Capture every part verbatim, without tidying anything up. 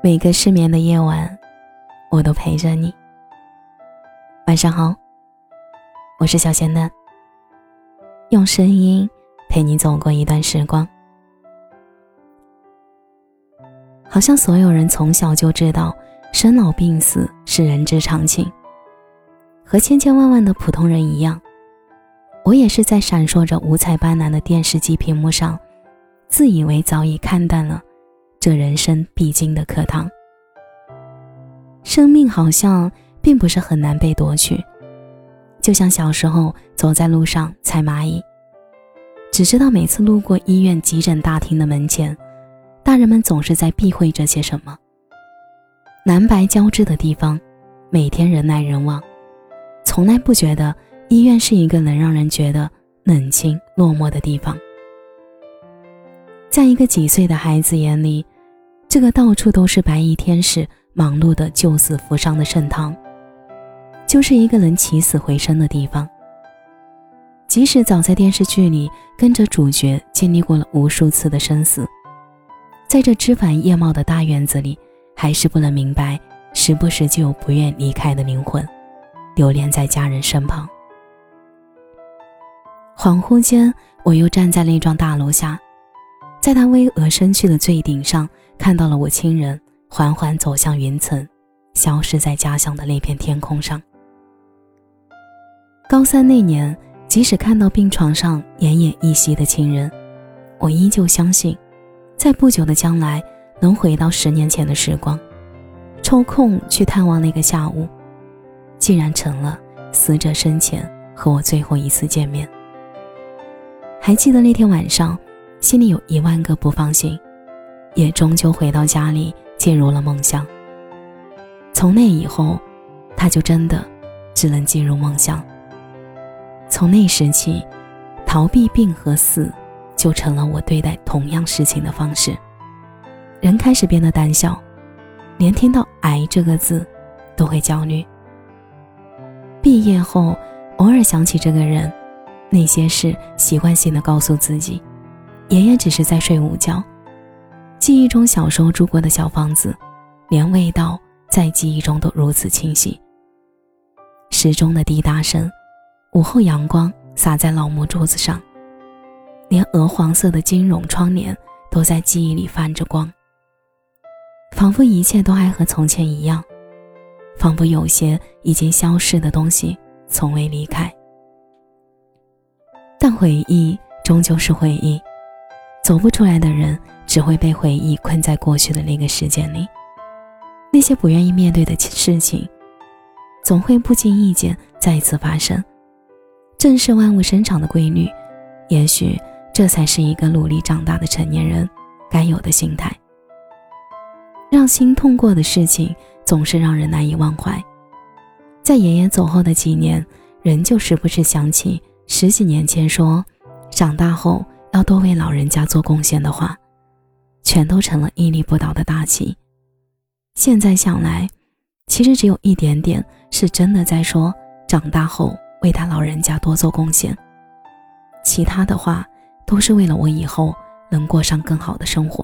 每个失眠的夜晚，我都陪着你。晚上好，我是小仙嫩，用声音陪你走过一段时光。好像所有人从小就知道生老病死是人之常情，和千千万万的普通人一样，我也是在闪烁着五彩斑斓的电视机屏幕上，自以为早已看淡了这人生必经的课堂。生命好像并不是很难被夺取，就像小时候走在路上踩蚂蚁，只知道每次路过医院急诊大厅的门前，大人们总是在避讳着些什么。蓝白交织的地方，每天人来人往，从来不觉得医院是一个能让人觉得冷清落寞的地方。在一个几岁的孩子眼里，这个到处都是白衣天使忙碌的救死扶伤的圣堂，就是一个人起死回生的地方。即使早在电视剧里跟着主角经历过了无数次的生死，在这枝繁叶茂的大院子里，还是不能明白，时不时就有不愿离开的灵魂留恋在家人身旁。恍惚间，我又站在那幢大楼下，在它巍峨身躯的最顶上，看到了我亲人缓缓走向云层，消失在家乡的那片天空上。高三那年，即使看到病床上奄奄一息的亲人，我依旧相信在不久的将来能回到十年前的时光，抽空去探望那个下午，竟然成了死者生前和我最后一次见面。还记得那天晚上，心里有一万个不放心，也终究回到家里进入了梦乡。从那以后，他就真的只能进入梦乡。从那时起，逃避病和死就成了我对待同样事情的方式。人开始变得胆小，连听到癌这个字都会焦虑。毕业后偶尔想起这个人，那些事习惯性地告诉自己，爷爷只是在睡午觉。记忆中小时候住过的小房子，连味道在记忆中都如此清晰。时钟的滴答声，午后阳光洒在老木桌子上，连鹅黄色的金绒窗帘都在记忆里泛着光，仿佛一切都还和从前一样，仿佛有些已经消逝的东西从未离开。但回忆终究是回忆，走不出来的人只会被回忆困在过去的那个时间里。那些不愿意面对的事情，总会不经意间再次发生。正是万物生长的规律，也许这才是一个努力长大的成年人该有的心态。让心痛过的事情总是让人难以忘怀。在爷爷走后的几年，人就时不时想起十几年前说长大后要多为老人家做贡献的话，全都成了屹立不倒的大旗。现在想来，其实只有一点点是真的在说长大后为他老人家多做贡献，其他的话都是为了我以后能过上更好的生活。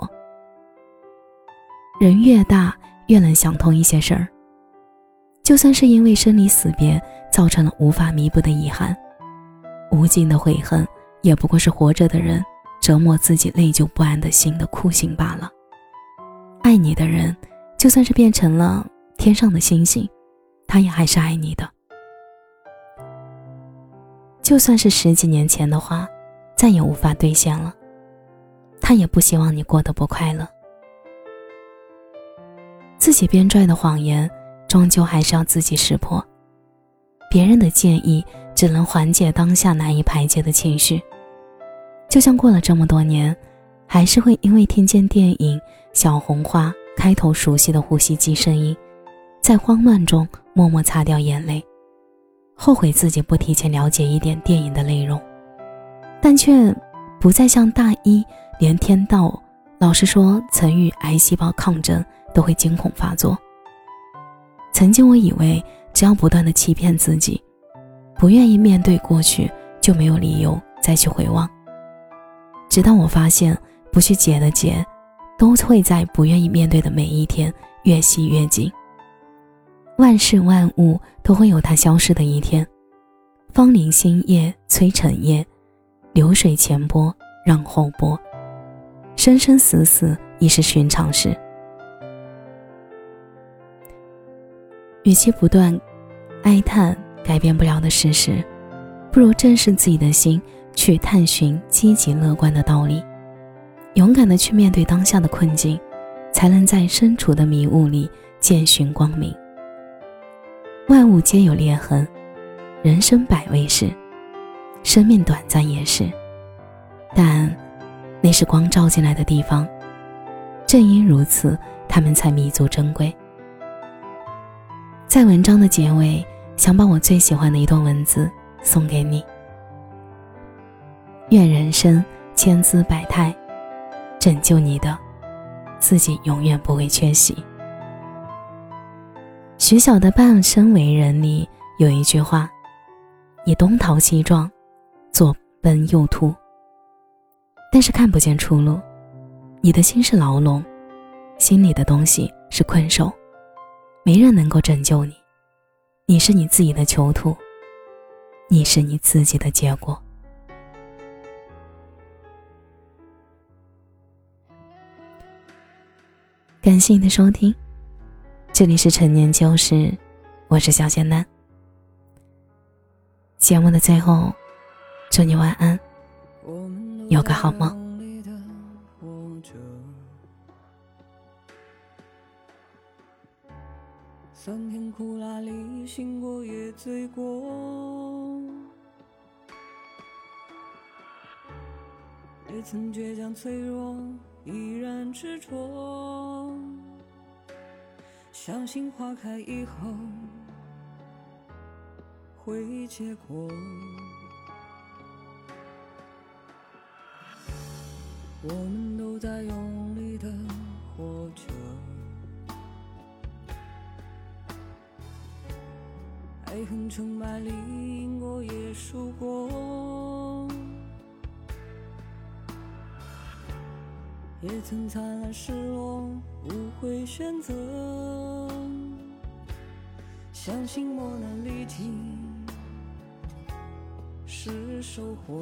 人越大越能想通一些事儿，就算是因为生离死别造成了无法弥补的遗憾，无尽的悔恨也不过是活着的人折磨自己内疚不安的心的酷刑罢了。爱你的人，就算是变成了天上的星星，他也还是爱你的。就算是十几年前的话再也无法兑现了，他也不希望你过得不快乐。自己编撰的谎言终究还是要自己识破，别人的建议只能缓解当下难以排解的情绪。就像过了这么多年，还是会因为听见电影《小红花》开头熟悉的呼吸机声音，在慌乱中默默擦掉眼泪，后悔自己不提前了解一点电影的内容，但却不再像大一连天道老师说曾与癌细胞抗争都会惊恐发作。曾经我以为只要不断地欺骗自己，不愿意面对过去，就没有理由再去回望。直到我发现不去结的结， 都会在不愿意面对的每一天越吸越紧。万事万物都会有它消失的一天，芳林新叶催尘叶，流水前波让后波，生生死死已是寻常事。与其不断哀叹改变不了的事实，不如正视自己的心，去探寻积极乐观的道理，勇敢地去面对当下的困境，才能在身处的迷雾里见寻光明。万物皆有裂痕，人生百味事，生命短暂也是，但那是光照进来的地方，正因如此，它们才弥足珍贵。在文章的结尾，想把我最喜欢的一段文字送给你。愿人生千姿百态，拯救你的自己永远不会缺席。徐晓的《半生为人》里有一句话：你东逃西撞，左奔右突，但是看不见出路。你的心是牢笼，心里的东西是困兽，没人能够拯救你。你是你自己的囚徒，你是你自己的结果。感谢你的收听，这里是陈年旧事，我是小仙丹。节目的最后，祝你晚安，有个好梦。 酸甜苦辣里醒过也醉过，也曾倔强脆弱，依然执着，相信花开以后会结果。我们都在用力地活着，爱恨成败里赢过也输过，也曾灿烂失落，无悔选择，相信磨难历尽是收获。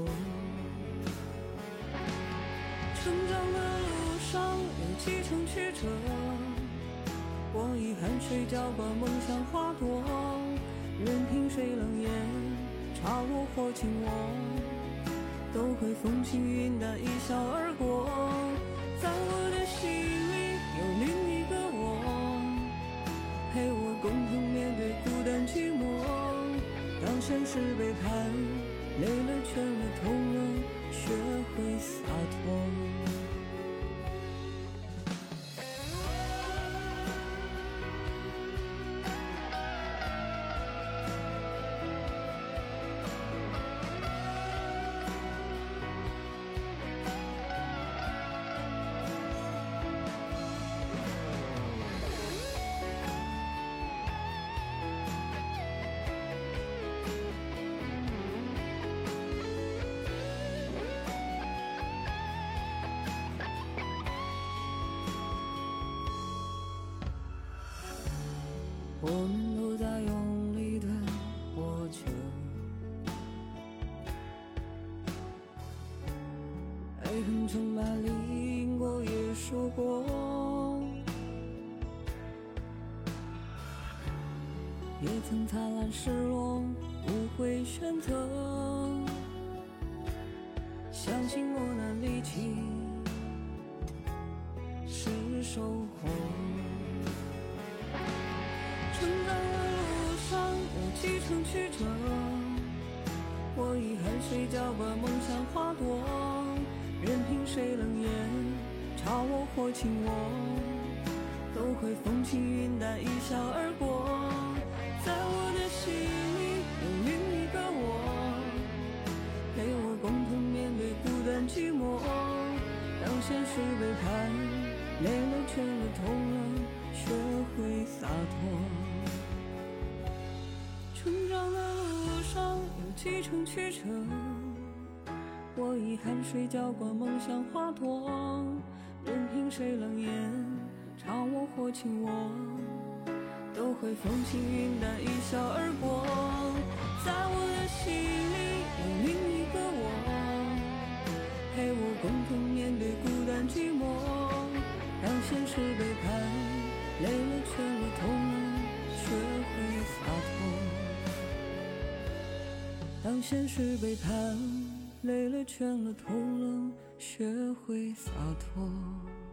成长的路上有几程曲折，我以汗水浇灌梦想花朵，任凭谁冷眼嘲我或轻我，都会风轻云淡一笑而过。在我的心里有另一个我，陪我共同面对孤单寂寞。当现实背叛，累了倦了痛了，学会洒脱。我们都在用力地活着，爱恨成败里赢过也输过，也曾灿烂失落，无悔选择，相信磨难历尽是收获。成长的路上有几程曲折，我以汗水浇灌梦想花朵，任凭谁冷眼嘲我或轻我，都会风轻云淡一笑而过。在我的心里有另一个我，陪我共同面对孤单寂寞。当现实背叛，累了倦了痛了，学会洒脱。成长的路上有几程曲折，我以汗水浇灌梦想花朵， 任凭谁冷眼嘲我或轻我，都会风轻云淡一笑而过。在我的心里有另一个我，陪我共同面对孤单寂寞。让现实背叛，累了倦了痛了，学会洒脱。当现实背叛，累了倦了痛了，学会洒脱。